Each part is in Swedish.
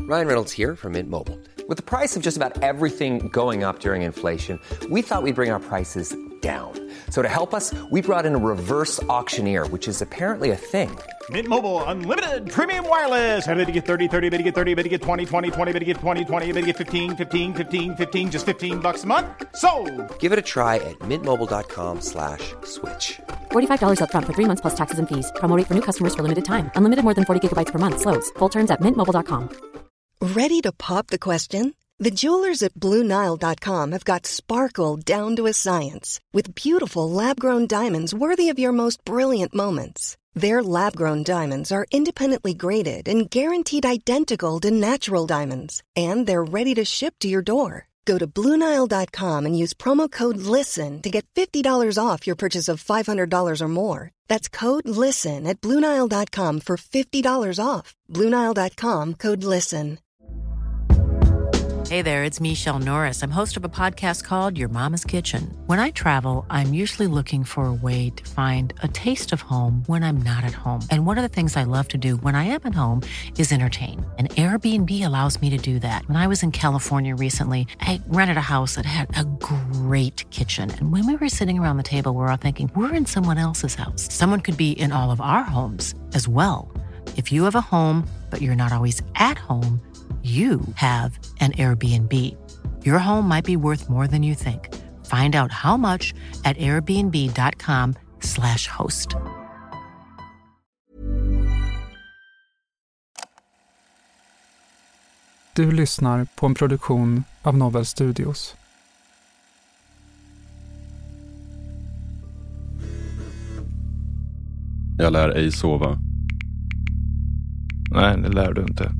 Ryan Reynolds here from Mint Mobile. With the price of just about everything going up during inflation, we thought we'd bring our prices down. So to help us, we brought in a reverse auctioneer, which is apparently a thing. Mint Mobile Unlimited Premium Wireless. How to get 30, 30, bit to get 30, bit to get 20, 20, 20, bit to get 20, 20, bit to get 15, 15, 15, 15, just $15 a month? Sold! Give it a try at mintmobile.com/switch. $45 up front for 3 months plus taxes and fees. Promo rate for new customers for limited time. Unlimited more than 40 gigabytes per month. Slows full terms at mintmobile.com. Ready to pop the question? The jewelers at BlueNile.com have got sparkle down to a science with beautiful lab-grown diamonds worthy of your most brilliant moments. Their lab-grown diamonds are independently graded and guaranteed identical to natural diamonds, and they're ready to ship to your door. Go to BlueNile.com and use promo code LISTEN to get $50 off your purchase of $500 or more. That's code LISTEN at BlueNile.com for $50 off. BlueNile.com, code LISTEN. Hey there, it's Michelle Norris. I'm host of a podcast called Your Mama's Kitchen. When I travel, I'm usually looking for a way to find a taste of home when I'm not at home. And one of the things I love to do when I am at home is entertain. And Airbnb allows me to do that. When I was in California recently, I rented a house that had a great kitchen. And when we were sitting around the table, we were all thinking, we're in someone else's house. Someone could be in all of our homes as well. If you have a home, but you're not always at home, you have an Airbnb. Your home might be worth more than you think. Find out how much at airbnb.com/host. Du lyssnar på en produktion av Novel Studios. Jag lär ej sova. Nej, det lär du inte.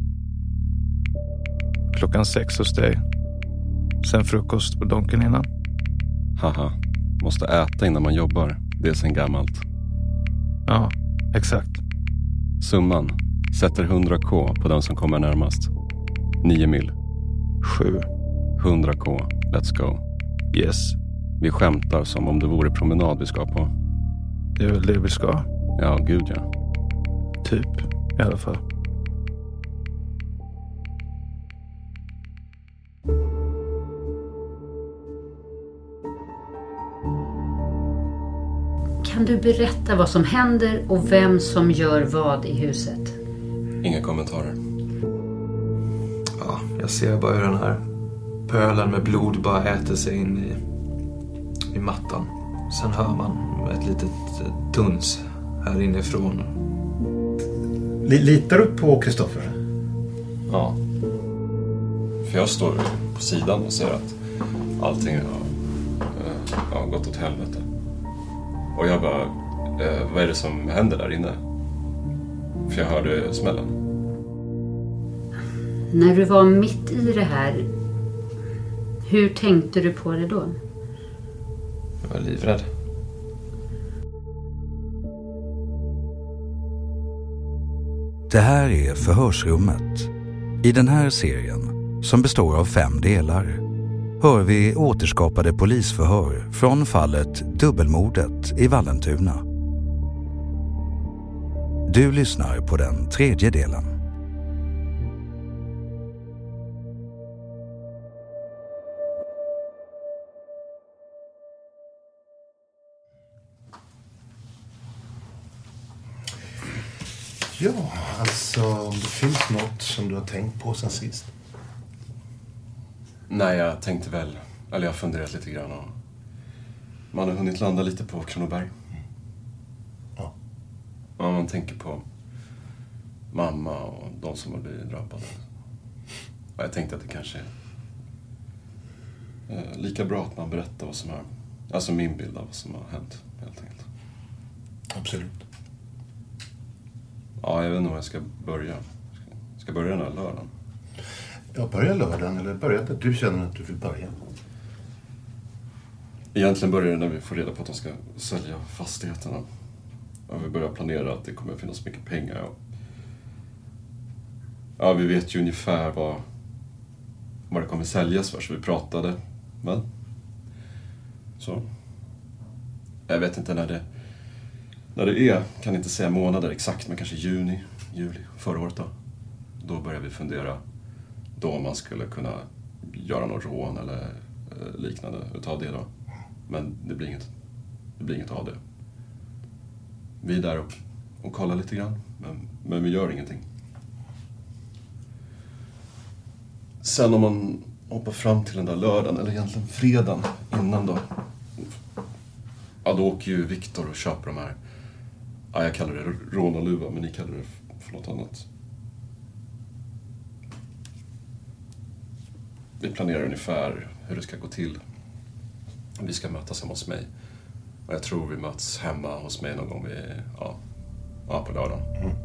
6:00 hos dig. Sen frukost på donken innan. Haha, måste äta innan man jobbar. Det är sen gammalt. Ja, exakt. Summan sätter 100k på den som kommer närmast. 9 mil. 7. 100k, let's go. Yes. Vi skämtar som om det vore promenad vi ska på. Det är väl det vi ska. Ja, gud ja. Typ, i alla fall. Kan du berätta vad som händer och vem som gör vad i huset? Inga kommentarer. Ja, jag ser bara hur den här pölen med blod bara äter sig in i mattan. Sen hör man ett litet duns här inifrån. Litar du på Kristoffer? Ja. För jag står på sidan och ser att allting har gått åt helvete. Och jag bara, vad är det som händer där inne? För jag hörde smällen. När du var mitt i det här, hur tänkte du på det då? Jag var livrädd. Det här är Förhörsrummet. I den här serien, som består av 5 delar, hör vi återskapade polisförhör från fallet Dubbelmordet i Vallentuna. Du lyssnar på den 3:e delen. Ja, alltså om det finns något som du har tänkt på sen sist. Nej, jag tänkte väl, eller jag har funderat lite grann och man har hunnit landa lite på Kronoberg. Ja. Ja, man tänker på mamma och de som har blivit drabbade. Och jag tänkte att det kanske är lika bra att man berättar vad som har, alltså min bild av vad som har hänt, helt enkelt. Absolut. Ja, jag vet inte om jag ska börja. Ska börja den här lördagen. Ja, börja lördagen eller börja där du känner att du vill börja. Egentligen börjar det när vi får reda på att de ska sälja fastigheterna. Och vi börjar planera att det kommer att finnas mycket pengar. Ja, vi vet ju ungefär vad det kommer säljas för, så vi pratade. Men så. Jag vet inte när det är. Kan inte säga månader exakt, men kanske juni, juli förra året då. då började vi fundera då om man skulle kunna göra något rån eller liknande utav det då. Men det blir inget av det. Vi är där och kollar lite grann, men vi gör ingenting. Sen om man hoppar fram till den där lördagen, eller egentligen fredagen innan då. Ja, då åker ju Viktor och köper de här. Ja, jag kallar det rånarluva, men ni kallar det för något annat. Vi planerar ungefär hur det ska gå till. Vi ska mötas hemma hos mig. Och jag tror vi möts hemma hos mig någon gång på lördagen.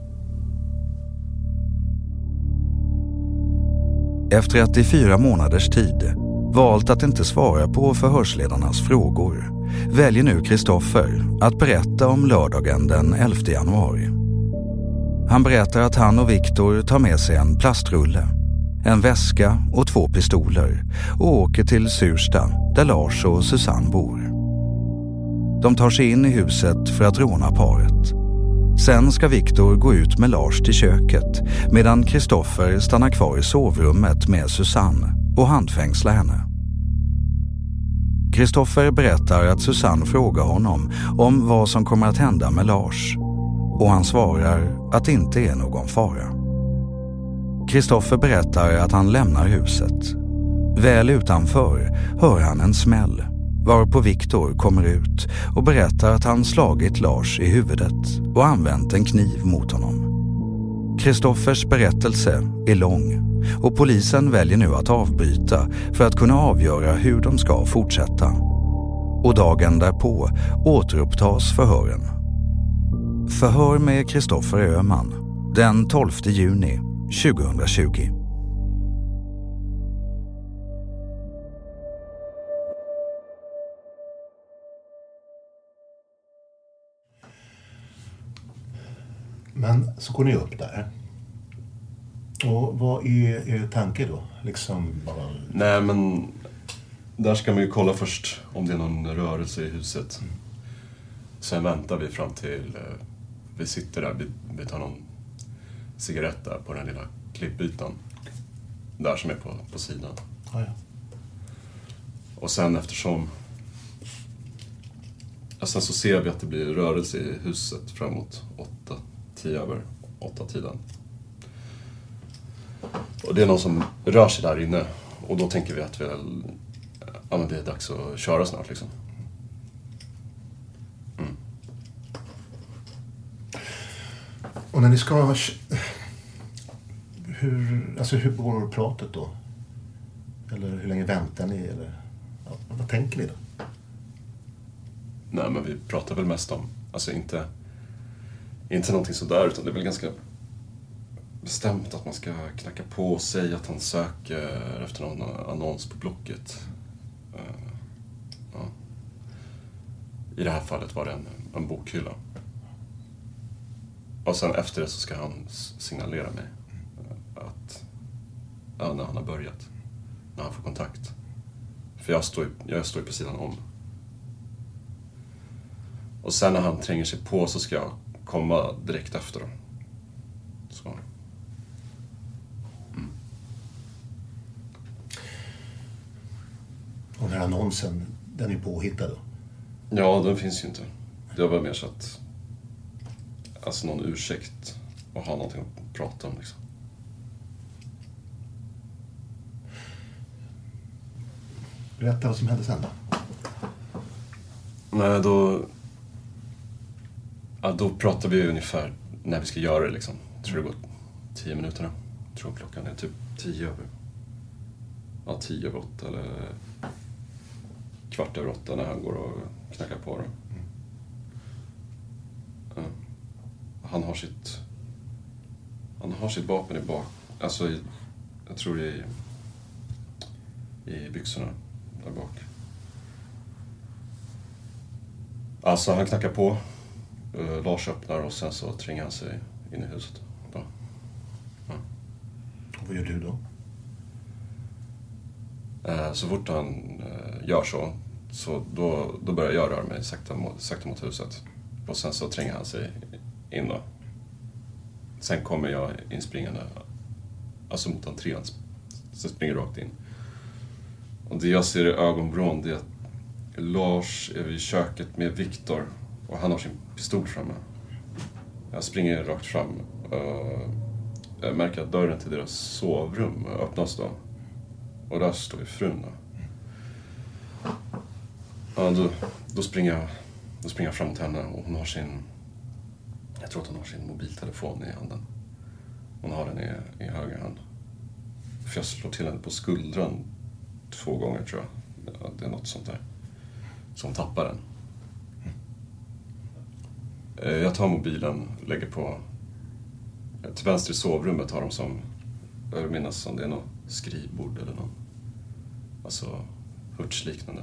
Efter att i 4 månaders tid valt att inte svara på förhörsledarnas frågor väljer nu Kristoffer att berätta om lördagen den 11 januari. Han berättar att han och Viktor tar med sig en plastrulle, en väska och 2 pistoler och åker till Sursta där Lars och Susanne bor. De tar sig in i huset för att råna paret. Sen ska Viktor gå ut med Lars till köket medan Kristoffer stannar kvar i sovrummet med Susanne och handfängslar henne. Kristoffer berättar att Susanne frågar honom om vad som kommer att hända med Lars och han svarar att det inte är någon fara. Kristoffer berättar att han lämnar huset. Väl utanför hör han en smäll, varpå Viktor kommer ut och berättar att han slagit Lars i huvudet och använt en kniv mot honom. Kristoffers berättelse är lång och polisen väljer nu att avbryta för att kunna avgöra hur de ska fortsätta. Och dagen därpå återupptas förhören. Förhör med Kristoffer Öhman den 12 juni 2020. Men så går ni upp där. Och vad är er tanke då? Liksom bara... Nej, men där ska man ju kolla först om det är någon rörelse i huset. Sen väntar vi fram till vi sitter där, vi tar någon cigarett där på den lilla klippytan. Där som är på sidan. Ja. Och sen eftersom... Sen så ser vi att det blir rörelse i huset framåt 10 över 8-tiden. Och det är någon som rör sig där inne. Och då tänker vi att men det är dags att köra snart liksom. Och när ni ska... Hur går pratet då? Eller hur länge väntar ni? Eller vad tänker ni då? Nej, men vi pratar väl mest om... Alltså inte någonting sådär, utan det är väl ganska bestämt att man ska knacka på och säga att han söker efter någon annons på Blocket. I det här fallet var det en bokhylla. Och sen efter det så ska han signalera mig att när han har börjat, när han får kontakt. För jag står på sidan om. Och sen när han tränger sig på så ska jag komma direkt efter dem. Så. Och den här annonsen, den är påhittad då? Ja, den finns ju inte. Det var mer så att... Alltså någon ursäkt och ha någonting att prata om liksom. Berätta vad som hände sen då. Nej, då pratar vi ungefär när vi ska göra det liksom. Jag tror det går 10 minuter då. Jag tror klockan är typ 10 över 8 eller 7:15 när han går och knackar på det. Han har sitt vapen i bak. Alltså jag tror det är i byxorna där bak. Alltså han knackar på. Lars öppnar och sen så tränger han sig in i huset. Ja. Och vad gör du då? Så fort han gör så då börjar jag röra mig sakta mot huset. Och sen så tränger han sig in då. Sen kommer jag inspringande alltså mot entrén. Så springer rakt in. Och det jag ser i ögonvrån, det är att Lars är vid köket med Viktor och han har sin pistol framme. Jag springer rakt fram. Jag märker att dörren till deras sovrum öppnas då. Och där står ju frun då. Ja, då springer jag fram till henne och hon har jag tror att hon har sin mobiltelefon i handen. Hon har den i höger hand. För jag slår till henne på skuldran 2 gånger tror jag. Ja, det är något sånt där. Som tappar den. Jag tar mobilen, lägger på... Till vänster i sovrummet har de som... Jag minns som det är något skrivbord eller någon... Alltså, hurtsliknande.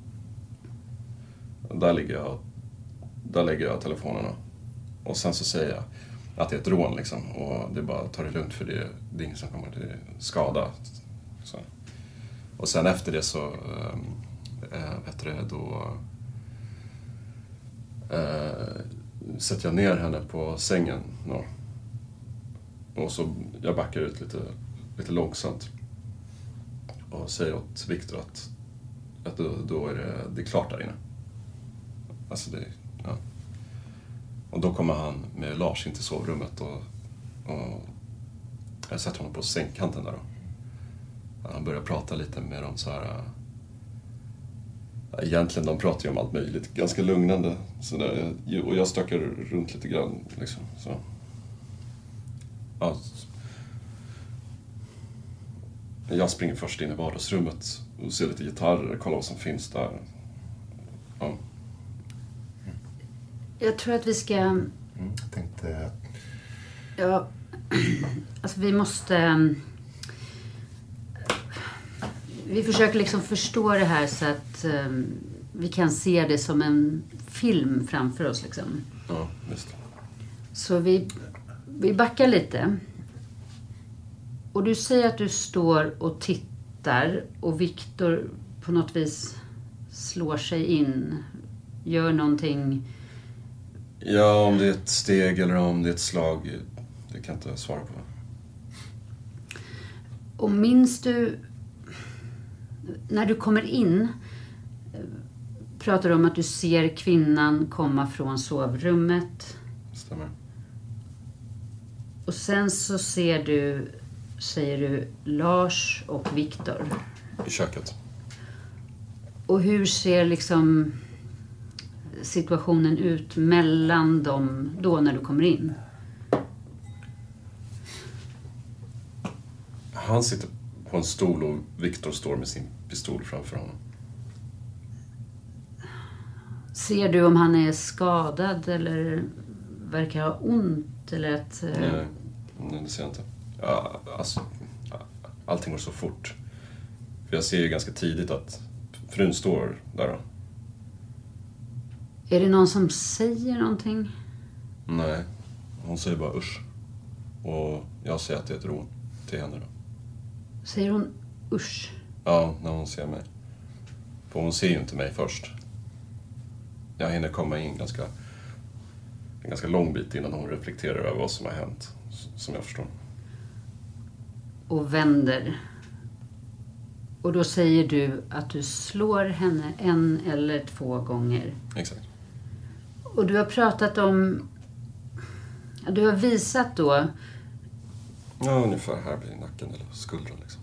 Där lägger jag telefonerna. Och sen så säger jag att det är ett rån liksom. Och det är bara att ta det lugnt för det är ingen som kommer till skada. Så. Och sen efter det så... sätter jag ner henne på sängen. No. Och så jag backar ut lite långsamt. Och säger åt Viktor att då är det klart där inne. Alltså det, ja. Och då kommer han med Lars in till sovrummet och jag sätter honom på sängkanten där då. Han börjar prata lite med dem så här. Egentligen de pratar ju om allt möjligt, ganska lugnande så där, och jag stökar runt lite grann liksom så. Ja. Jag springer först in i vardagsrummet och ser lite gitarrer, kollar vad som finns där. Ja. Jag tror att vi ska... Jag tänkte... Ja, alltså vi måste... Vi försöker liksom förstå det här så att vi kan se det som en film framför oss liksom. Ja, just det. Så vi backar lite. Och du säger att du står och tittar och Viktor på något vis slår sig in. Gör någonting. Ja, om det är ett steg eller om det är ett slag, det kan jag inte svara på. Och minns du, när du kommer in, pratar du om att du ser kvinnan komma från sovrummet. Stämmer. Och sen så säger du Lars och Viktor. I köket. Och hur ser liksom situationen ut mellan dem då när du kommer in? Han sitter på en stol och Viktor står med sin pistol framför honom. Ser du om han är skadad eller verkar ha ont eller att... Nej, det ser jag inte. Ja, alltså, allting går så fort. För jag ser ju ganska tidigt att frun står där då. Är det någon som säger någonting? Nej, hon säger bara usch. Och jag säger att det är ett rån till henne då. Säger hon usch? Ja, när hon ser mig. För hon ser ju inte mig först. Jag hinner komma in en ganska lång bit innan hon reflekterar över vad som har hänt. Som jag förstår. Och vänder. Och då säger du att du slår henne 1 eller 2 gånger. Exakt. Och du har pratat om... Du har visat då... Ja, ungefär här blir nacken eller skuldran liksom.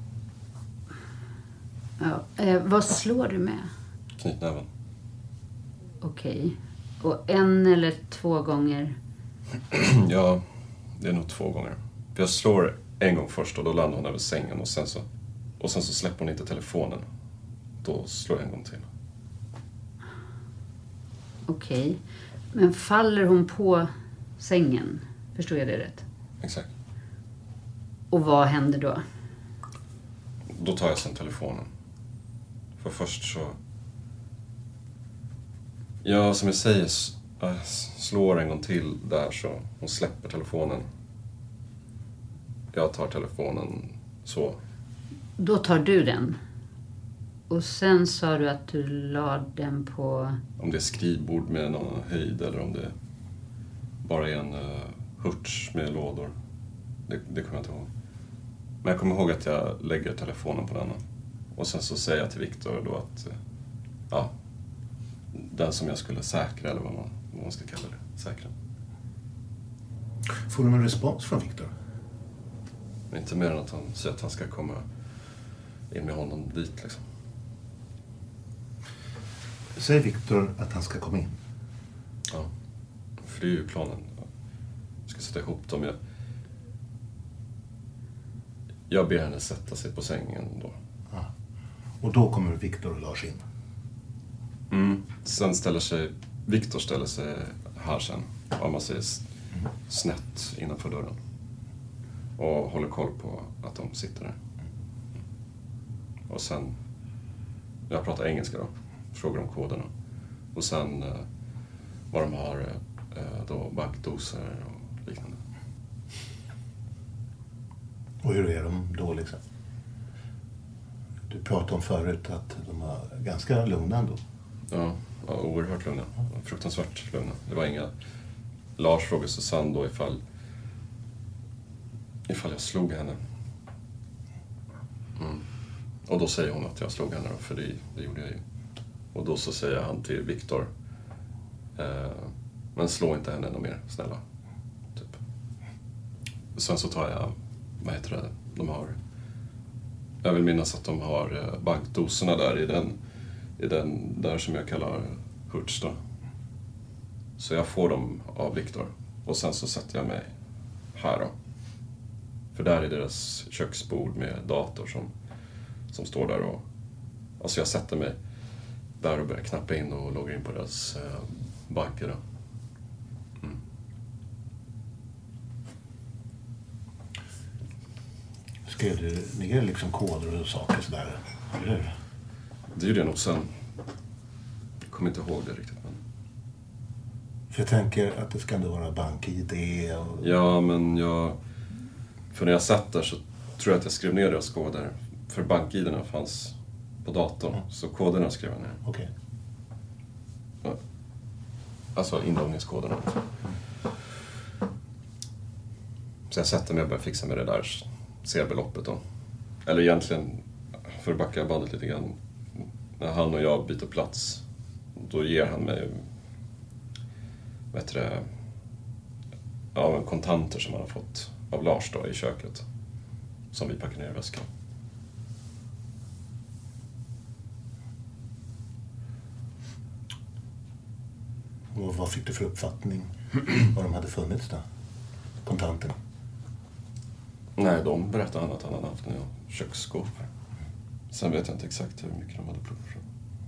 Ja, vad slår du med? Knytnäven. Okej. Och 1 eller 2 gånger? Ja, det är nog 2 gånger. För jag slår 1 gång först och då landar hon över sängen och sen så släpper hon inte telefonen. Då slår jag 1 gång till. Okej. Men faller hon på sängen? Förstår jag det rätt? Exakt. Och vad händer då? Då tar jag sen telefonen. För först så... Ja, som jag säger, jag slår 1 gång till där så hon släpper telefonen. Jag tar telefonen så. Då tar du den. Och sen sa du att du la den på... Om det är skrivbord med någon höjd eller om det bara är en hurts med lådor. Det kommer jag inte ihåg. Men jag kommer ihåg att jag lägger telefonen på den. Och sen så säger jag till Viktor då att den som jag skulle säkra, eller vad man ska kalla det, säkra. Får du någon respons från Viktor? Inte mer än att han säger att han ska komma in med honom dit liksom. Säger Viktor att han ska komma in? Ja, för det är ju planen. Jag ska sätta ihop dem. Jag ber henne sätta sig på sängen då. Ja. Och då kommer Viktor och Lars in? Sen Viktor ställer sig här sen, om man säger snett innanför dörren. Och håller koll på att de sitter där. Och sen, jag pratar engelska då, frågar om koderna. Och sen vad de har då, bankdoser och liknande. Och hur är de då liksom? Du pratade om förut att de var ganska lugna ändå. Ja, oerhört lugna. Fruktansvärt lugna. Det var inga... Lars frågade Susanne då ifall jag slog henne. Och då säger hon att jag slog henne då, för det gjorde jag ju. Och då så säger han till Viktor, men slå inte henne ännu mer, snälla. Typ. Sen så tar jag, vad heter det, de har... Jag vill minnas att de har bankdoserna där i den där som jag kallar Hurts då. Så jag får dem av Viktor. Och sen så sätter jag mig här då. För där är deras köksbord med dator som står där. Och, alltså jag sätter mig där och börjar knappa in och logga in på deras banker då. Skrev du ner liksom koder och saker sådär, eller hur? Det gjorde jag nog sen. Jag kommer inte ihåg det riktigt. Men... För jag tänker att det ska ändå vara bank-ID och... Ja, men för när jag satt där så tror jag att jag skrev ner deras koder. För bank-ID:na fanns på datorn. Så koderna skrev jag ner. Okej. Ja. Alltså inloggningskoderna. Så jag sätter mig och börjar fixa med det där C-beloppet då. Eller egentligen, för att backa bandet lite grann. När han och jag byter plats, då ger han mig kontanter som han har fått av Lars då i köket. Som vi packar ner i väskan. Och vad fick du för uppfattning vad de hade funnits då? Kontanterna? Nej, de berättade att han hade haft en köksskåp. Sen vet jag inte exakt hur mycket de hade plockat fram.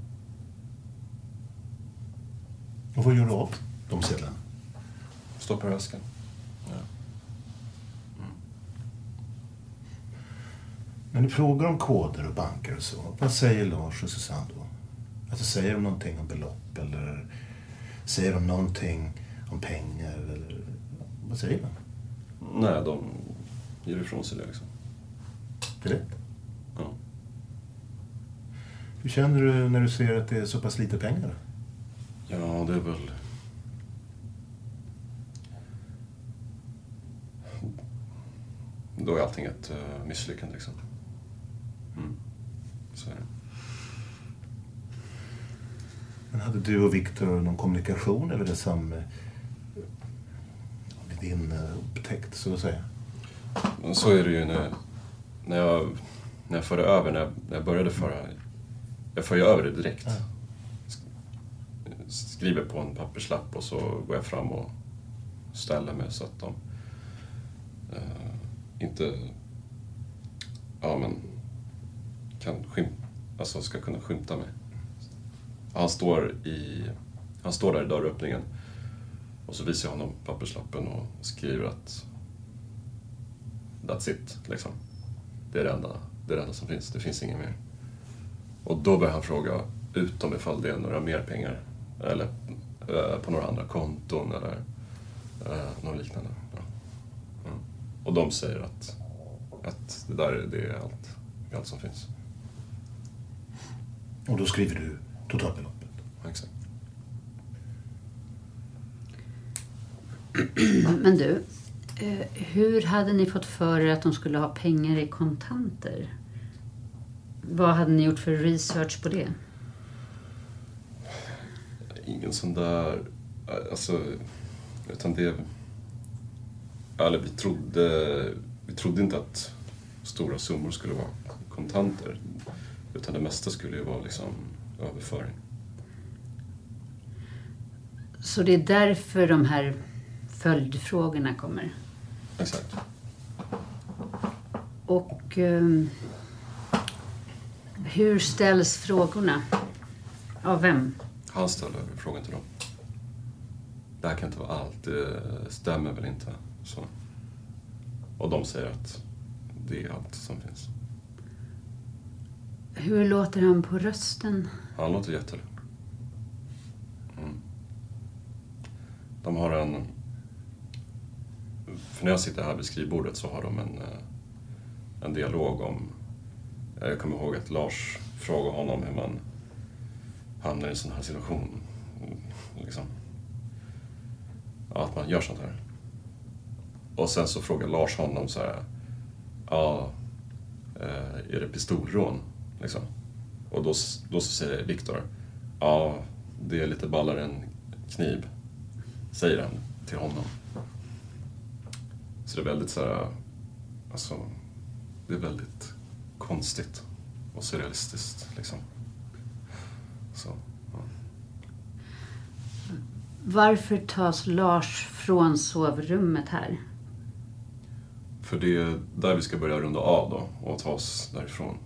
Och vad gör du av de sedlarna? Stoppar i väskan. Ja. När ni frågar om koder och banker och så, vad säger Lars och Susanne då? Alltså säger de någonting om belopp eller säger de någonting om pengar eller vad säger de? Nej, de ger ifrån sig det liksom. Direkt? Ja. Hur känner du när du ser att det är så pass lite pengar? Ja, det är väl... Då är allting ett misslyckande liksom. Så är det. Men hade du och Viktor någon kommunikation eller det som med din upptäckt, så att säga? Men så är det ju när jag förde över, när jag började föra... Jag för ju över det direkt. Ja. Skriver på en papperslapp och så går jag fram och ställer mig så att de inte ska kunna skymta mig. Han står där i dörröppningen och så visar jag honom papperslappen och skriver att that's it liksom. Det är det enda som finns. Det finns inget mer. Och då börjar han fråga utom ifall det är några mer pengar eller på några andra konton eller något liknande. Ja. Mm. Och de säger att det är allt som finns. Och då skriver du totalbeloppet? Ja, exakt. Men du, Hur hade ni fått för er att de skulle ha pengar i kontanter? Vad hade ni gjort för research på det? Ingen sån där... Alltså... Utan det... Eller vi trodde inte att stora summor skulle vara kontanter. Utan det mesta skulle ju vara liksom överföring. Så det är därför de här följdfrågorna kommer? Exakt. Och hur ställs frågorna? Av vem? Han ställer frågan till dem. Det här kan inte vara allt. Det stämmer väl inte. Så. Och de säger att det är allt som finns. Hur låter han på rösten? Han låter jättelugn. De har för när jag sitter här vid skrivbordet så har de en dialog om... Jag kommer ihåg att Lars frågade honom hur man hamnar i en sån här situation. Liksom. Att man gör sånt här. Och sen så frågar Lars honom så här... Ja, är det pistolrån? Liksom. Och då så säger Viktor... Ja, det är lite ballare än kniv. Säger han till honom. Så det är väldigt så här... Alltså, det är väldigt konstigt och surrealistiskt liksom. Så, ja. Varför tas Lars från sovrummet här? För det är där vi ska börja runda av då och ta oss därifrån.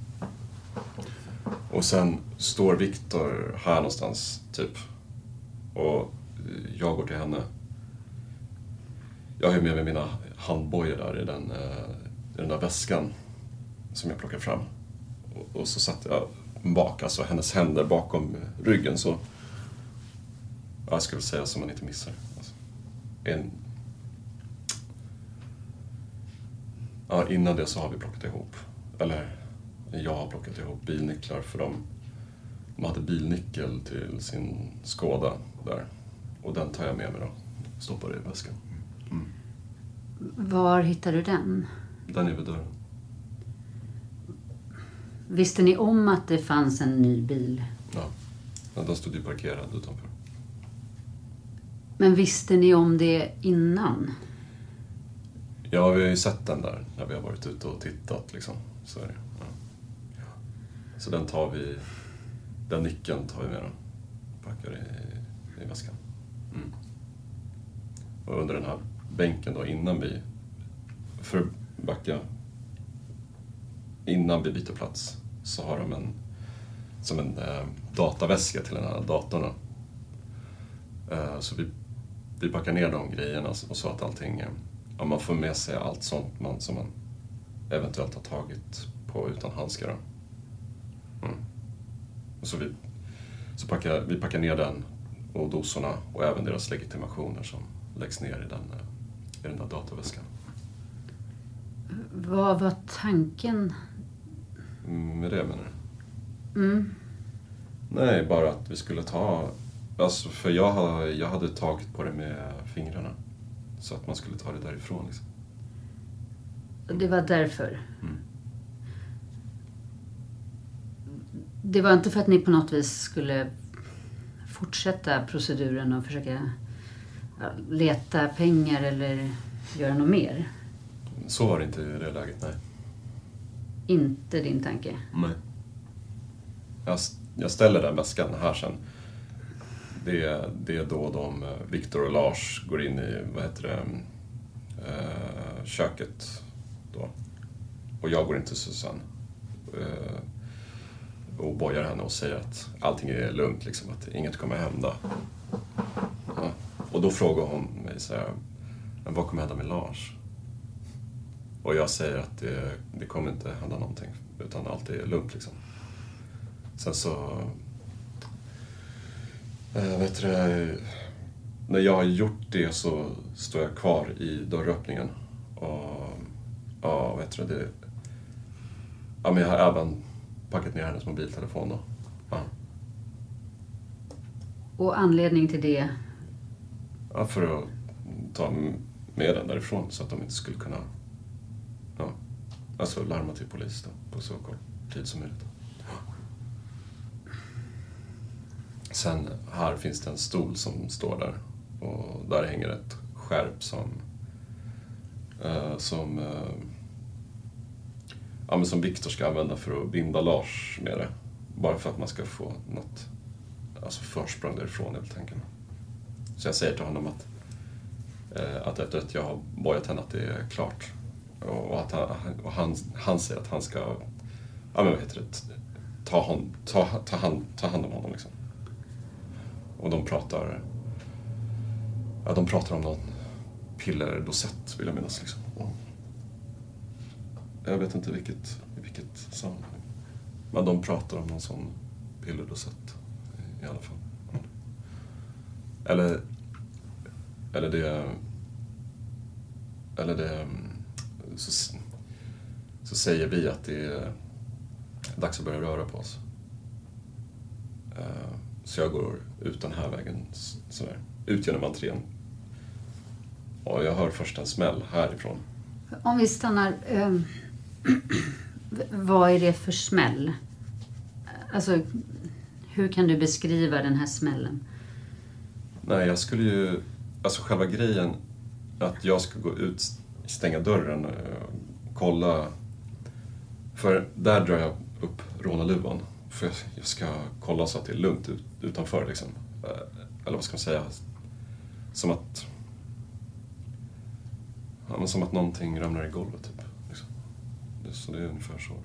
Och sen står Viktor här någonstans typ. Och jag går till henne. Jag har med mig mina handbojor där i den där väskan som jag plockar fram. Och så satte jag bak, alltså hennes händer bakom ryggen så... Jag skulle säga som man inte missar. Alltså, innan det så har vi plockat ihop. Eller jag har plockat ihop bilnycklar för de hade bilnyckel till sin Skoda där. Och den tar jag med mig då. Stoppar i väskan. Mm. Var hittar du den? Den är vid dörren. Visste ni om att det fanns en ny bil? Ja, den stod ju parkerad utanför. Men visste ni om det innan? Ja, vi har ju sett den där när vi har varit ute och tittat liksom. Så är det. Ja. Så den nyckeln tar vi med då. Packar i väskan. Mm. Och under den här bänken då innan vi byter plats så har de en dataväska till den här datorn. Så vi packar ner de grejerna och så att allting, man får med sig allt sånt som man eventuellt har tagit på utan handskar. Mm. Och så vi packar ner den och dosorna och även deras legitimationer som läggs ner i den där datorväskan. Vad var tanken? Med det menar du? Mm. Nej, bara att vi skulle ta... Alltså, för jag hade tagit på det med fingrarna. Så att man skulle ta det därifrån liksom. Det var därför? Mm. Det var inte för att ni på något vis skulle fortsätta proceduren och försöka leta pengar eller göra något mer? Så var det inte i det läget, nej. Inte din tanke? Nej. Jag ställer den väskan här sen. Det är då Viktor och Lars går in i, köket då. Och jag går in till Susanne. Och bojar henne och säger att allting är lugnt, liksom, att inget kommer hända. Ja. Och då frågar hon mig så här, men vad kommer hända med Lars? Och jag säger att det kommer inte hända någonting, utan allt är lugnt liksom. Sen så... när jag har gjort det så står jag kvar i dörröppningen. Och... Ja, men jag har även packat ner hennes mobiltelefon då. Ja. Och anledning till det? Ja, för att ta med den därifrån så att de inte skulle kunna alltså larma till polis då, på så kort tid som möjligt. Sen här finns det en stol som står där och där hänger ett skärp som Viktor ska använda för att binda Lars med det. Bara för att man ska få något försprång därifrån helt enkelt. Så jag säger till honom att efter att jag har bojat henne att det är klart. Och att han säger att han ska ta hand om honom liksom. Och de pratar om någon pillerdosett vill jag minnas liksom. Jag vet inte vilket sammanhang. Men de pratar om någon sån pillerdosett i alla fall. Eller det så säger vi att det är dags att börja röra på oss. Så jag går ut den här vägen sådär, ut genom entrén. Och jag hör först en smäll härifrån. Om vi stannar, vad är det för smäll? Alltså, hur kan du beskriva den här smällen? Nej, jag skulle ju, själva grejen att jag ska gå ut, stänga dörren och kolla. För där drar jag upp rånarluvan. För jag ska kolla så att det är lugnt utanför liksom. Eller vad ska man säga? Som att någonting ramlar i golvet typ. Liksom. Så det är ungefär så.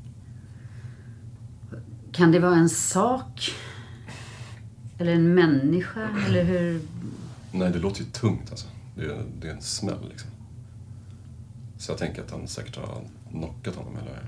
Kan det vara en sak? Eller en människa? Eller hur? Nej, det låter ju tungt alltså. Det är en smäll liksom. Så jag tänker att han säkert har knockat honom eller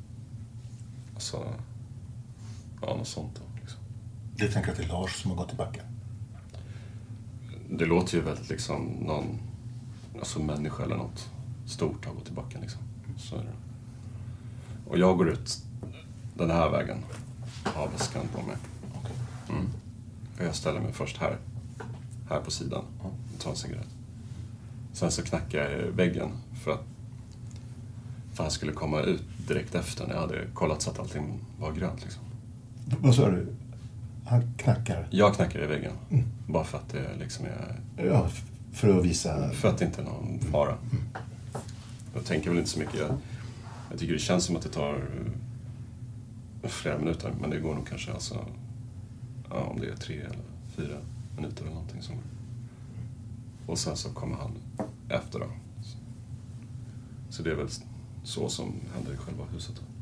något sånt då, liksom. Du tänker att det är Lars som har gått i backen? Det låter ju väldigt liksom någon människa eller något stort har gått i backen liksom. Så är det. Och jag går ut den här vägen. Har väskan på mig. Mm. Och jag ställer mig först här på sidan och tar en cigarett. Sen så knackar jag i väggen för att han skulle komma ut direkt efter när jag hade kollat så att allting var grönt liksom. Vad sa du? Han knackar? Jag knackar i väggen. Bara för att det liksom är... Ja, för att visa... För att det inte är någon fara. Jag tänker väl inte så mycket. Jag tycker det känns som att det tar flera minuter. Men det går nog kanske om det är 3 eller 4 minuter eller någonting som. Och sen så kommer han efter då. Så det är väl så som händer i själva huset då.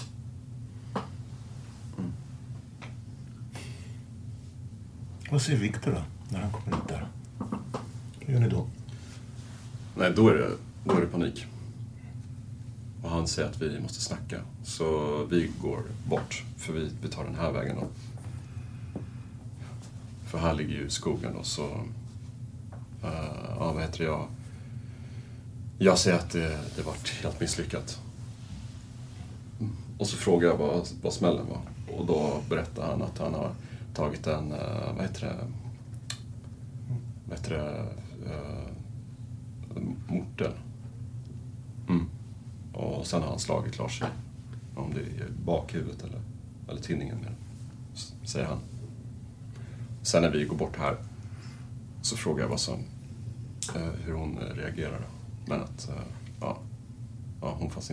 Vad säger Viktor då, när han kommer ut där? Hur gör ni då? Nej, då är det panik. Och han säger att vi måste snacka. Så vi går bort, för vi tar den här vägen då. För här ligger ju skogen och så... vad heter det? Jag säger att det var helt misslyckat. Och så frågar jag vad smällen var. Och då berättar han att han har tagit en, mortel. Och sen har han slagit Lars i, om det är bakhuvudet eller tinningen, säger han. Sen när vi går bort här så frågar jag hur hon reagerar. Men att hon fanns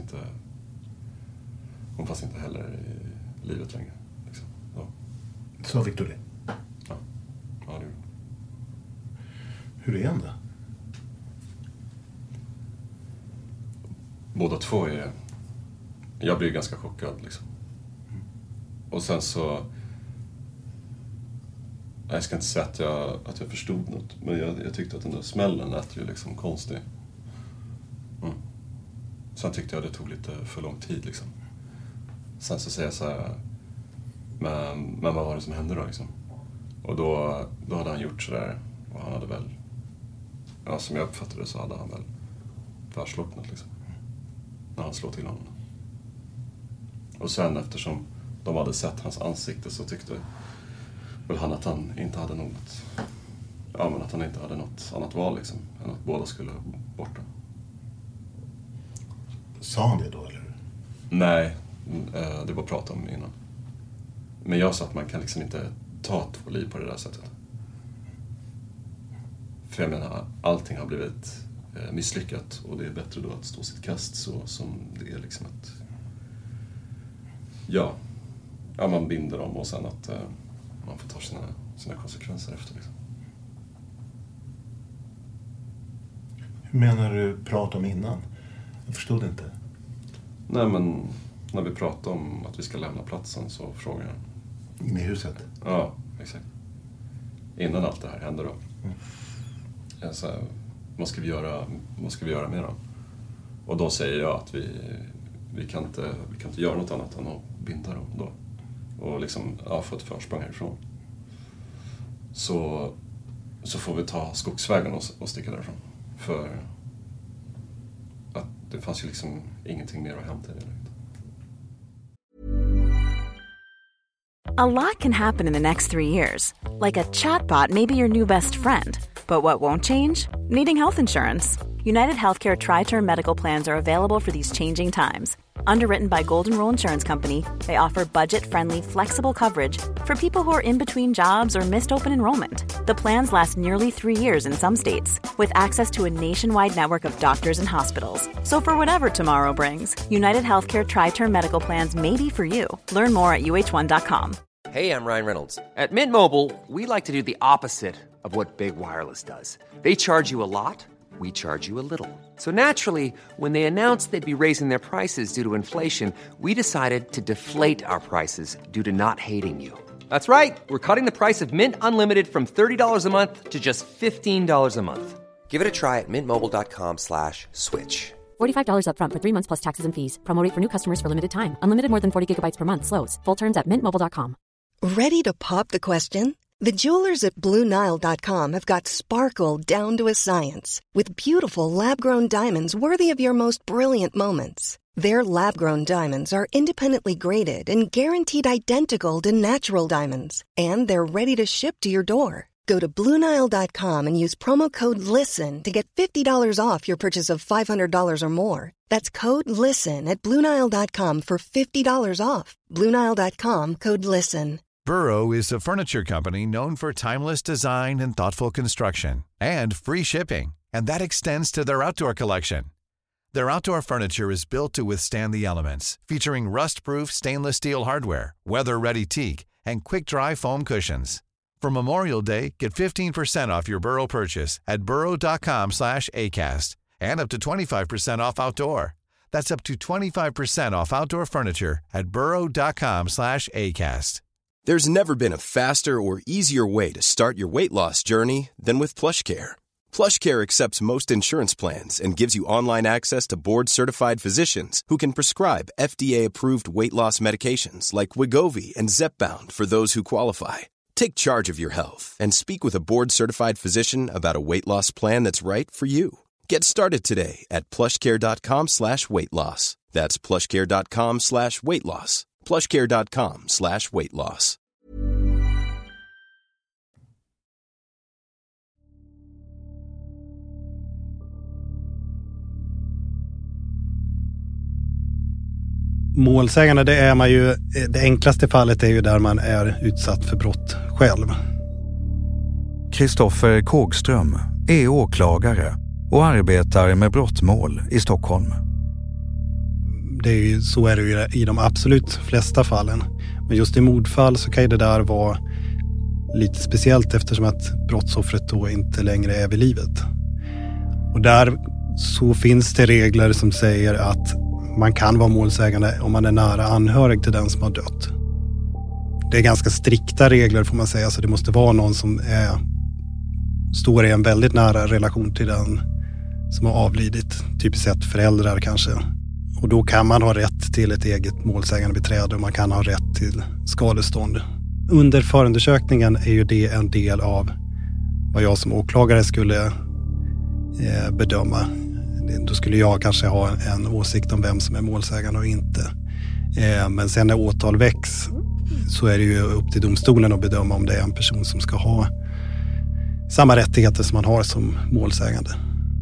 inte heller i livet längre. Liksom. Ja. Sa Viktor det? Ja, det gjorde. Hur är han då? Båda två är... Jag blir ganska chockad liksom. Och sen så... Jag ska inte säga att jag förstod något. Men jag tyckte att den där smällen lät ju liksom konstig. Sen tyckte jag det tog lite för lång tid liksom. Sen så säger jag så här... Men vad var det som hände då liksom? Och då hade han gjort så där. Och han hade väl... Ja, som jag uppfattade det så hade han väl tvärslocknat liksom. När han slog till honom. Och sen eftersom de hade sett hans ansikte så tyckte väl han att han inte hade Ja, men att han inte hade något annat val liksom, än att båda skulle borta. Sa han det då, eller? Nej, det var prat om innan. Men jag sa att man kan liksom inte ta 2 liv på det där sättet. För jag menar, allting har blivit misslyckat och det är bättre då att stå sitt kast så som det är liksom att... Ja, man binder dem och sen att man får ta sina konsekvenser efter liksom. Hur menar du prat om innan? Jag förstod inte. Nej, men när vi pratade om att vi ska lämna platsen så frågade jag. Med huset? Ja, exakt. Innan allt det här hände då. Jag sa, vad ska vi göra med dem? Och då säger jag att vi kan inte göra något annat än att binda dem då. Och liksom, få ett försprång härifrån. Så får vi ta skogsvägen och sticka därifrån. För att det fanns ju liksom ingenting mer att hämta i det. A lot can happen in the next 3 years. Like a chatbot may be your new best friend. But what won't change? Needing health insurance. United Healthcare Tri-Term Medical Plans are available for these changing times. Underwritten by Golden Rule Insurance Company, they offer budget-friendly, flexible coverage for people who are in between jobs or missed open enrollment. The plans last nearly 3 years in some states, with access to a nationwide network of doctors and hospitals. So for whatever tomorrow brings, United Healthcare Tri-Term Medical Plans may be for you. Learn more at uh1.com. Hey, I'm Ryan Reynolds. At Mint Mobile, we like to do the opposite of what Big Wireless does. They charge you a lot, we charge you a little. So naturally, when they announced they'd be raising their prices due to inflation, we decided to deflate our prices due to not hating you. That's right. We're cutting the price of Mint Unlimited from $30 a month to just $15 a month. Give it a try at mintmobile.com/switch. $45 up front for 3 months plus taxes and fees. Promo rate for new customers for limited time. Unlimited more than 40 gigabytes per month. Slows full terms at mintmobile.com. Ready to pop the question? The jewelers at BlueNile.com have got sparkle down to a science with beautiful lab-grown diamonds worthy of your most brilliant moments. Their lab-grown diamonds are independently graded and guaranteed identical to natural diamonds, and they're ready to ship to your door. Go to BlueNile.com and use promo code LISTEN to get $50 off your purchase of $500 or more. That's code LISTEN at BlueNile.com for $50 off. BlueNile.com, code LISTEN. Burrow is a furniture company known for timeless design and thoughtful construction, and free shipping, and that extends to their outdoor collection. Their outdoor furniture is built to withstand the elements, featuring rust-proof stainless steel hardware, weather-ready teak, and quick-dry foam cushions. For Memorial Day, get 15% off your Burrow purchase at burrow.com/acast, and up to 25% off outdoor. That's up to 25% off outdoor furniture at burrow.com/acast. There's never been a faster or easier way to start your weight loss journey than with PlushCare. PlushCare accepts most insurance plans and gives you online access to board-certified physicians who can prescribe FDA-approved weight loss medications like Wegovy and Zepbound for those who qualify. Take charge of your health and speak with a board-certified physician about a weight loss plan that's right for you. Get started today at plushcare.com/weightloss. That's plushcare.com/weightloss. plushcare.com/weightloss. Målsägande, det är man ju, det enklaste fallet är ju där man är utsatt för brott själv. Kristoffer Kågström är åklagare och arbetar med brottmål i Stockholm. Det är ju, så är det ju i de absolut flesta fallen. Men just i mordfall så kan ju det där vara lite speciellt eftersom att brottsoffret då inte längre är vid livet. Och där så finns det regler som säger att man kan vara målsägande om man är nära anhörig till den som har dött. Det är ganska strikta regler får man säga, så det måste vara någon som står i en väldigt nära relation till den som har avlidit. Typiskt sett föräldrar kanske. Och då kan man ha rätt till ett eget målsägande beträde och man kan ha rätt till skadestånd. Under förundersökningen är ju det en del av vad jag som åklagare skulle bedöma. Då skulle jag kanske ha en åsikt om vem som är målsägande och inte. Men sen när åtal väcks så är det ju upp till domstolen att bedöma om det är en person som ska ha samma rättigheter som man har som målsägande.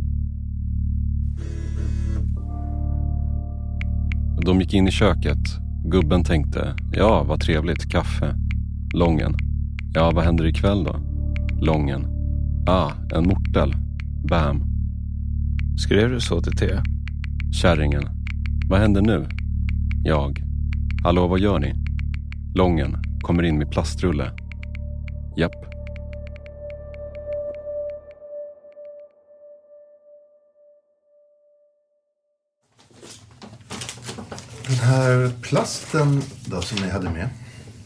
De gick in i köket. Gubben tänkte, ja vad trevligt, kaffe. Lången. Ja, vad händer ikväll då? Lången. En mortel. Bam. Skrev du så till Thea? Kärringen. Vad händer nu? Jag. Hallå, vad gör ni? Lången. Kommer in med plastrulle. Japp. Den här plasten då som ni hade med?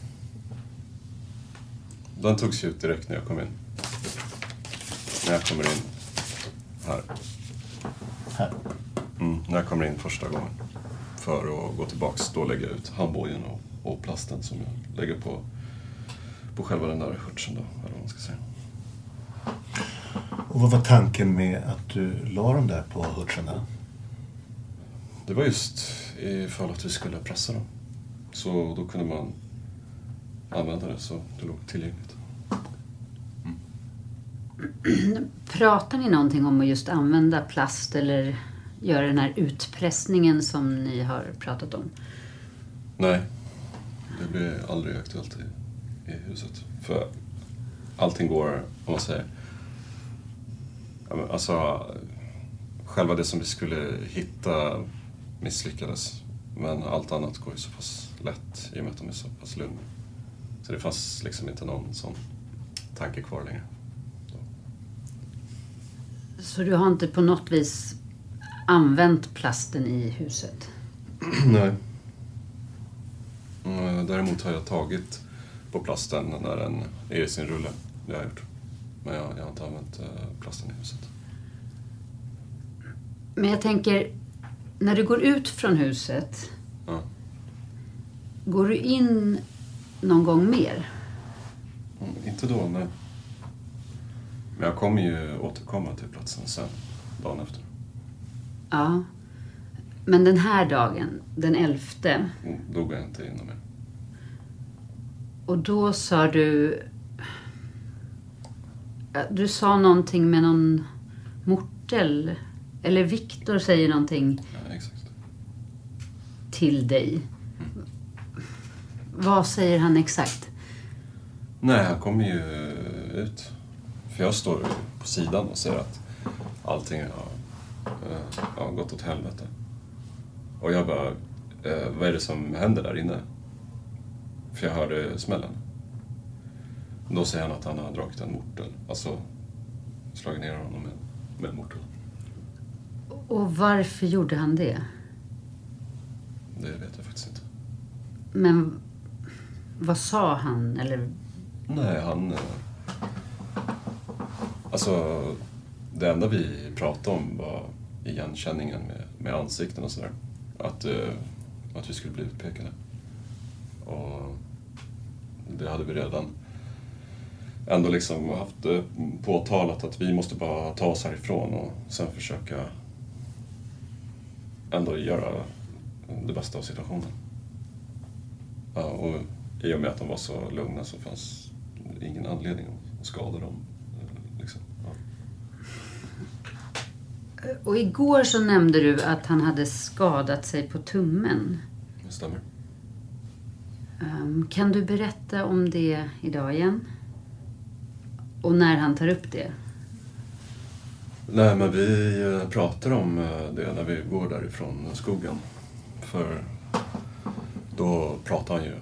Den togs ut direkt när jag kom in. När jag kommer in här. Här? När jag kommer in första gången. För att gå tillbaks, då lägger jag ut handbojen och plasten som jag lägger på själva den där hurtsen då, eller vad man ska säga. Och vad var tanken med att du la dem där på hurtserna? Det var just ifall att vi skulle pressa dem. Så då kunde man använda det så det låg tillgängligt. Pratar ni någonting om att just använda plast eller göra den här utpressningen som ni har pratat om? Nej, det blir aldrig aktuellt i huset. För allting går, om man säger... Alltså, själva det som vi skulle hitta misslyckades. Men allt annat går ju så pass lätt i och med att de är så pass lugna. Så det fanns liksom inte någon sån tanke kvar längre. Så du har inte på något vis använt plasten i huset? Nej. Däremot har jag tagit på plasten när den är i sin rulle. Det har jag gjort. Men jag har inte använt plasten i huset. Men jag tänker, när du går ut från huset, går du in någon gång mer? Inte då, nej. Men jag kommer ju återkomma till platsen sen, dagen efter. Ja. Men den här dagen, den 11. Då går jag inte in mer. Och då sa du... Du sa någonting med någon mortel. Eller Viktor säger någonting. Ja, exakt. Till dig. Vad säger han exakt? Nej, han kommer ju ut. För jag står på sidan och ser att allting har gått åt helvete. Och jag bara, vad är det som händer där inne? För jag hörde smällen. Då säger han att han har dragit en mortel. Alltså slagit ner honom med en mortel. Och varför gjorde han det? Det vet jag faktiskt inte. Men vad sa han? Eller? Nej, han... Alltså, det enda vi pratade om var igenkänningen med ansikten och sådär. Att vi skulle bli utpekade. Och det hade vi redan ändå liksom haft påtalat att vi måste bara ta oss härifrån och sen försöka ändå göra det bästa av situationen. Ja, och i och med att de var så lugna så fanns ingen anledning att skada dem. Liksom. Ja. Och igår så nämnde du att han hade skadat sig på tummen. Det stämmer. Kan du berätta om det idag igen? Och när han tar upp det? Nej, men vi pratar om det när vi går därifrån skogen. För då pratar han ju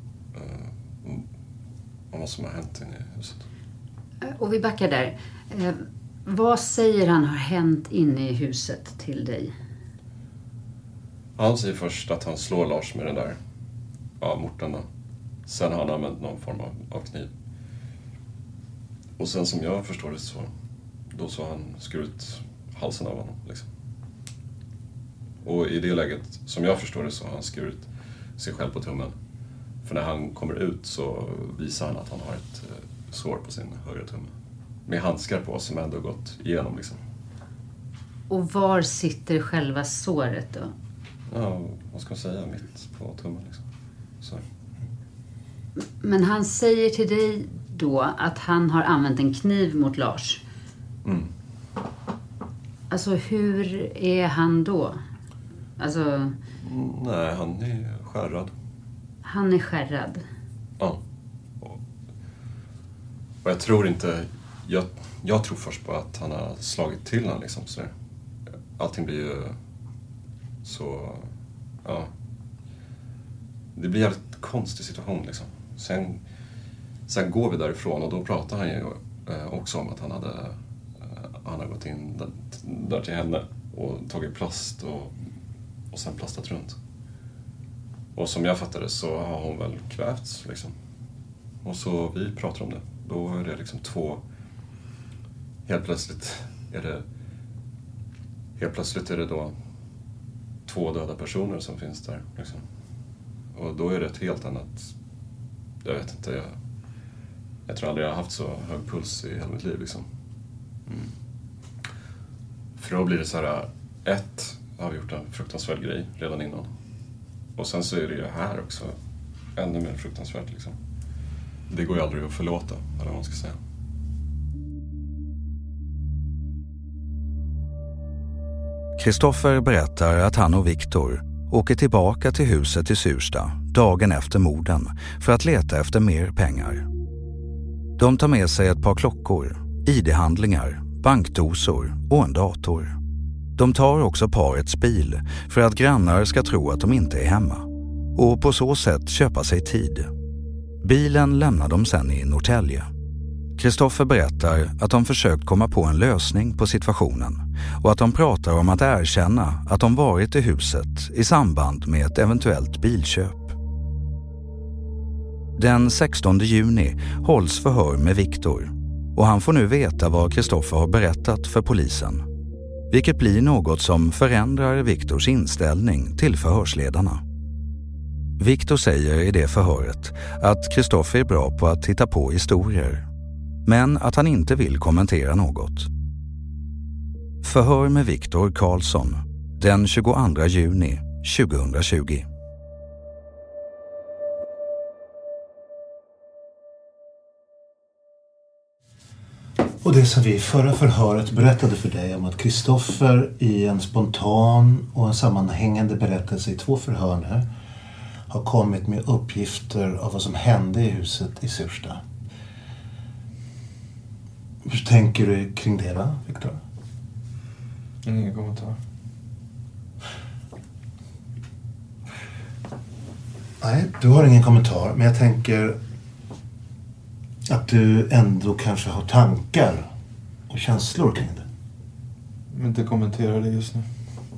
om vad som har hänt inne i huset. Och vi backar där. Vad säger han har hänt inne i huset till dig? Han säger först att han slår Lars med den där morten då. Sen har han använt någon form av kniv. Och sen som jag förstår det så då så har han skurit halsen av honom liksom. Och i det läget som jag förstår det så har han skurit sig själv på tummen. För när han kommer ut så visar han att han har ett sår på sin högra tumme. Med handskar på som ändå gått igenom liksom. Och var sitter själva såret då? Ja, vad ska jag säga? Mitt på tummen liksom. Så. Men han säger till dig då att han har använt en kniv mot Lars. Mm. Alltså hur är han då? Alltså... Nej, han är skärrad. Han är skärrad? Ja. Och jag tror inte... Jag tror först på att han har slagit till han liksom. Så allting blir ju så... Ja. Det blir en jävligt konstig situation liksom. Sen går vi därifrån och då pratar han ju också om att han har gått in där till henne och tagit plast och sen plastat runt. Och som jag fattade så har hon väl kvävts liksom. Och så vi pratar om det. Då är det liksom helt plötsligt är det då 2 döda personer som finns där liksom. Och då är det ett helt annat... Jag vet inte, jag tror aldrig jag har haft så hög puls i hela mitt liv liksom. Mm. För då blir det så här, har vi gjort en fruktansvärd grej redan innan. Och sen så är det ju här också ännu mer fruktansvärt liksom. Det går ju aldrig att förlåta, eller vad man ska säga. Kristoffer berättar att han och Viktor åker tillbaka till huset i Sursta dagen efter morden för att leta efter mer pengar. De tar med sig ett par klockor, ID-handlingar, bankdosor och en dator. De tar också parets bil för att grannar ska tro att de inte är hemma och på så sätt köpa sig tid. Bilen lämnar de sen i Norrtälje. Kristoffer berättar att de försökt komma på en lösning på situationen och att de pratar om att erkänna att de varit i huset i samband med ett eventuellt bilköp. Den 16 juni hålls förhör med Viktor och han får nu veta vad Kristoffer har berättat för polisen. Vilket blir något som förändrar Viktors inställning till förhörsledarna. Viktor säger i det förhöret att Kristoffer är bra på att titta på historier, men att han inte vill kommentera något. Förhör med Viktor Karlsson den 22 juni 2020. Och det som vi i förra förhöret berättade för dig om att Kristoffer i en spontan och en sammanhängande berättelse i 2 förhör nu har kommit med uppgifter av vad som hände i huset i Sursta. Hur tänker du kring det då, Viktor? Ingen kommentar. Nej, du har ingen kommentar, men jag tänker att du ändå kanske har tankar och känslor kring det. Men inte kommentera det just nu.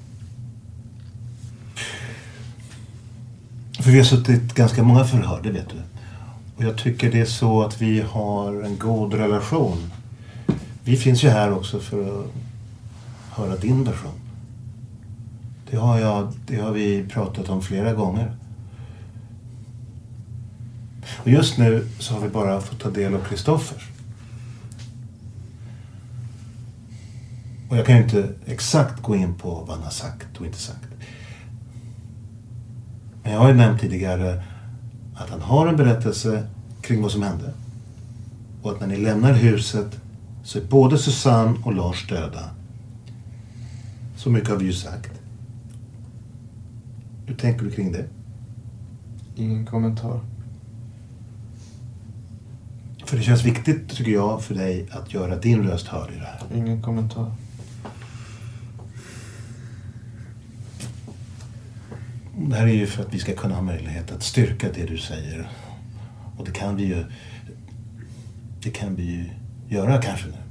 För vi har suttit ganska många förhör, det vet du. Och jag tycker det är så att vi har en god relation. Vi finns ju här också för att höra din version. Det har vi pratat om flera gånger. Och just nu så har vi bara fått ta del av Kristoffers. Och jag kan ju inte exakt gå in på vad han har sagt och inte sagt. Men jag har ju nämnt tidigare att han har en berättelse kring vad som hände. Och att när ni lämnar huset så är både Susanne och Lars döda. Så mycket har vi ju sagt. Hur tänker du kring det? Ingen kommentar. För det känns viktigt, tycker jag, för dig att göra din röst hörd i det här. Ingen kommentar. Det här är ju för att vi ska kunna ha möjlighet att styrka det du säger. Och det kan vi ju göra kanske nu.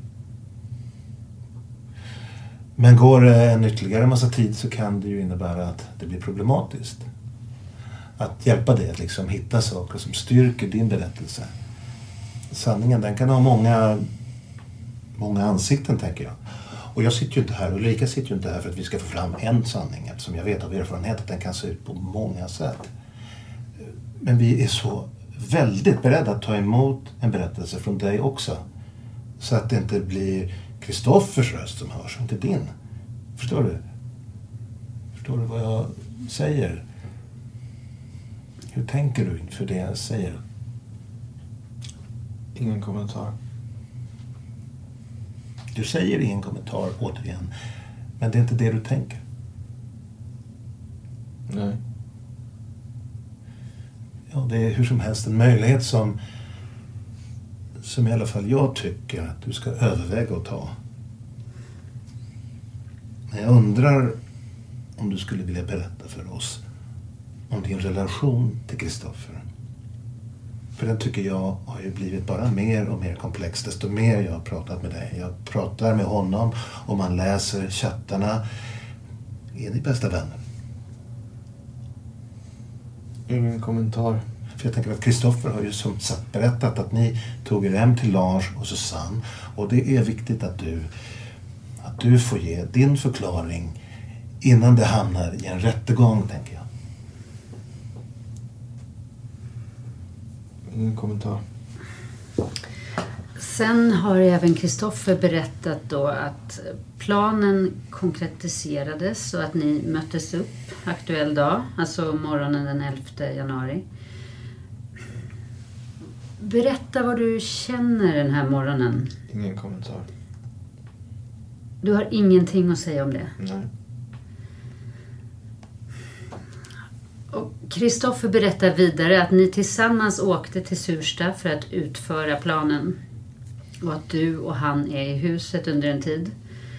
Men går det en ytterligare massa tid så kan det ju innebära att det blir problematiskt. Att hjälpa dig att liksom hitta saker som styrker din berättelse. Sanningen, den kan ha många ansikten, tänker jag. Och jag sitter ju inte här, och Ulrika sitter ju inte här för att vi ska få fram en sanning, eftersom jag vet av erfarenhet att den kan se ut på många sätt. Men vi är så väldigt beredda att ta emot en berättelse från dig också. Så att det inte blir Kristoffers röst som hörs, inte din. Förstår du? Förstår du vad jag säger? Hur tänker du inför det jag säger? Ingen kommentar. Du säger ingen kommentar återigen. Men det är inte det du tänker. Nej. Ja, det är hur som helst en möjlighet som i alla fall jag tycker att du ska överväga att ta. Men jag undrar om du skulle vilja berätta för oss om din relation till Kristoffer. För den tycker jag har ju blivit bara mer och mer komplex desto mer jag har pratat med dig. Jag pratar med honom och man läser chattarna. Är ni bästa vänner? Ingen kommentar. För jag tänker att Kristoffer har ju som sagt berättat att ni tog er hem till Lars och Susanne. Och det är viktigt att du får ge din förklaring innan det hamnar i en rättegång, tänker jag. Ingen kommentar. Sen har även Kristoffer berättat då att planen konkretiserades och att ni möttes upp aktuell dag, alltså morgonen den 11 januari. Berätta vad du känner den här morgonen. Ingen kommentar. Du har ingenting att säga om det? Nej. Och Kristoffer berättar vidare att ni tillsammans åkte till Sursta för att utföra planen. Och att du och han är i huset under en tid.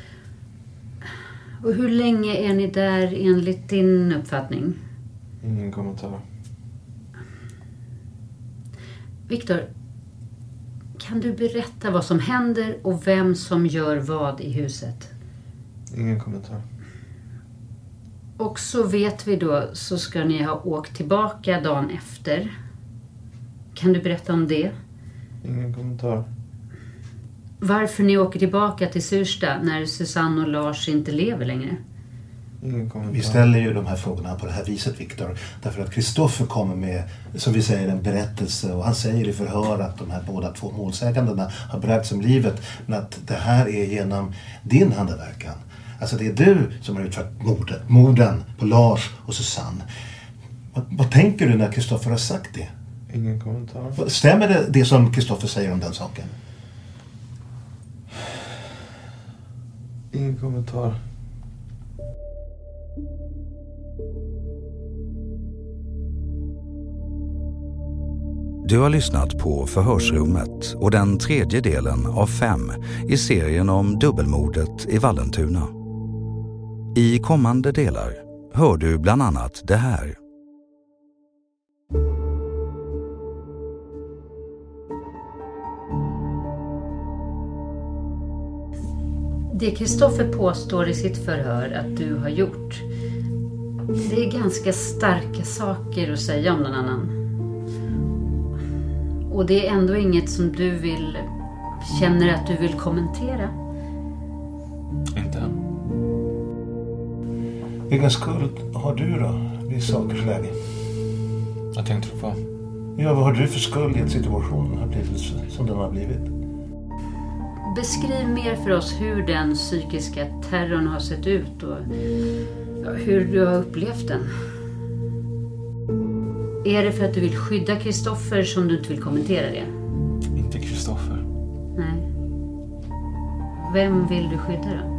Och hur länge är ni där enligt din uppfattning? Ingen kommentar. Viktor, kan du berätta vad som händer och vem som gör vad i huset? Ingen kommentar. Och så vet vi då, så ska ni ha åkt tillbaka dagen efter. Kan du berätta om det? Ingen kommentar. Varför ni åker tillbaka till Sursta när Susanne och Lars inte lever längre? Ingen kommentar. Vi ställer ju de här frågorna på det här viset, Viktor. Därför att Kristoffer kommer med, som vi säger, en berättelse. Och han säger i förhör att de här båda två målsägandena har berättat om livet. Men att det här är genom din handverkan. Alltså det är du som har utfört morden på Lars och Susanne. Vad tänker du när Kristoffer har sagt det? Ingen kommentar. Stämmer det som Kristoffer säger om den saken? Ingen kommentar. Du har lyssnat på Förhörsrummet och den tredje delen av 5 i serien om dubbelmordet i Vallentuna. I kommande delar hör du bland annat det här. Det Kristoffer påstår i sitt förhör att du har gjort, det är ganska starka saker att säga om någon annan. Och det är ändå inget som du känner att du vill kommentera. Inte än. Vilken skuld har du då vid sakers läge? Jag tänkte du på. Ja, vad har du för skuld i en situation har blivit som den har blivit? Beskriv mer för oss hur den psykiska terrorn har sett ut och hur du har upplevt den. Är det för att du vill skydda Kristoffer som du inte vill kommentera det? Inte Kristoffer. Nej. Vem vill du skydda då?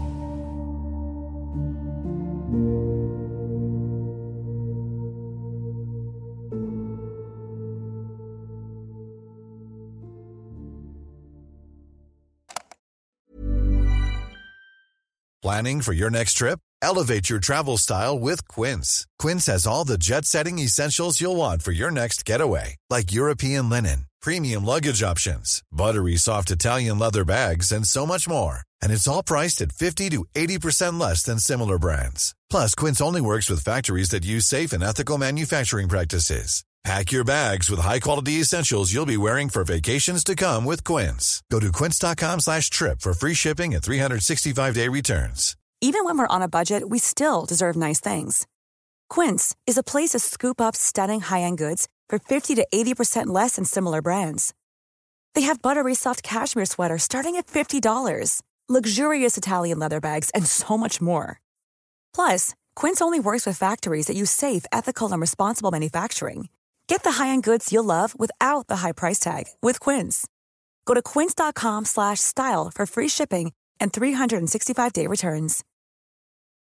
Planning for your next trip? Elevate your travel style with Quince. Quince has all the jet-setting essentials you'll want for your next getaway, like European linen, premium luggage options, buttery soft Italian leather bags, and so much more. And it's all priced at 50 to 80% less than similar brands. Plus, Quince only works with factories that use safe and ethical manufacturing practices. Pack your bags with high-quality essentials you'll be wearing for vacations to come with Quince. Go to quince.com/trip for free shipping and 365-day returns. Even when we're on a budget, we still deserve nice things. Quince is a place to scoop up stunning high-end goods for 50 to 80% less than similar brands. They have buttery soft cashmere sweaters starting at $50, luxurious Italian leather bags, and so much more. Plus, Quince only works with factories that use safe, ethical, and responsible manufacturing. Get the high-end goods you'll love without the high price tag with Quince. Go to quince.com/style for free shipping and 365-day returns.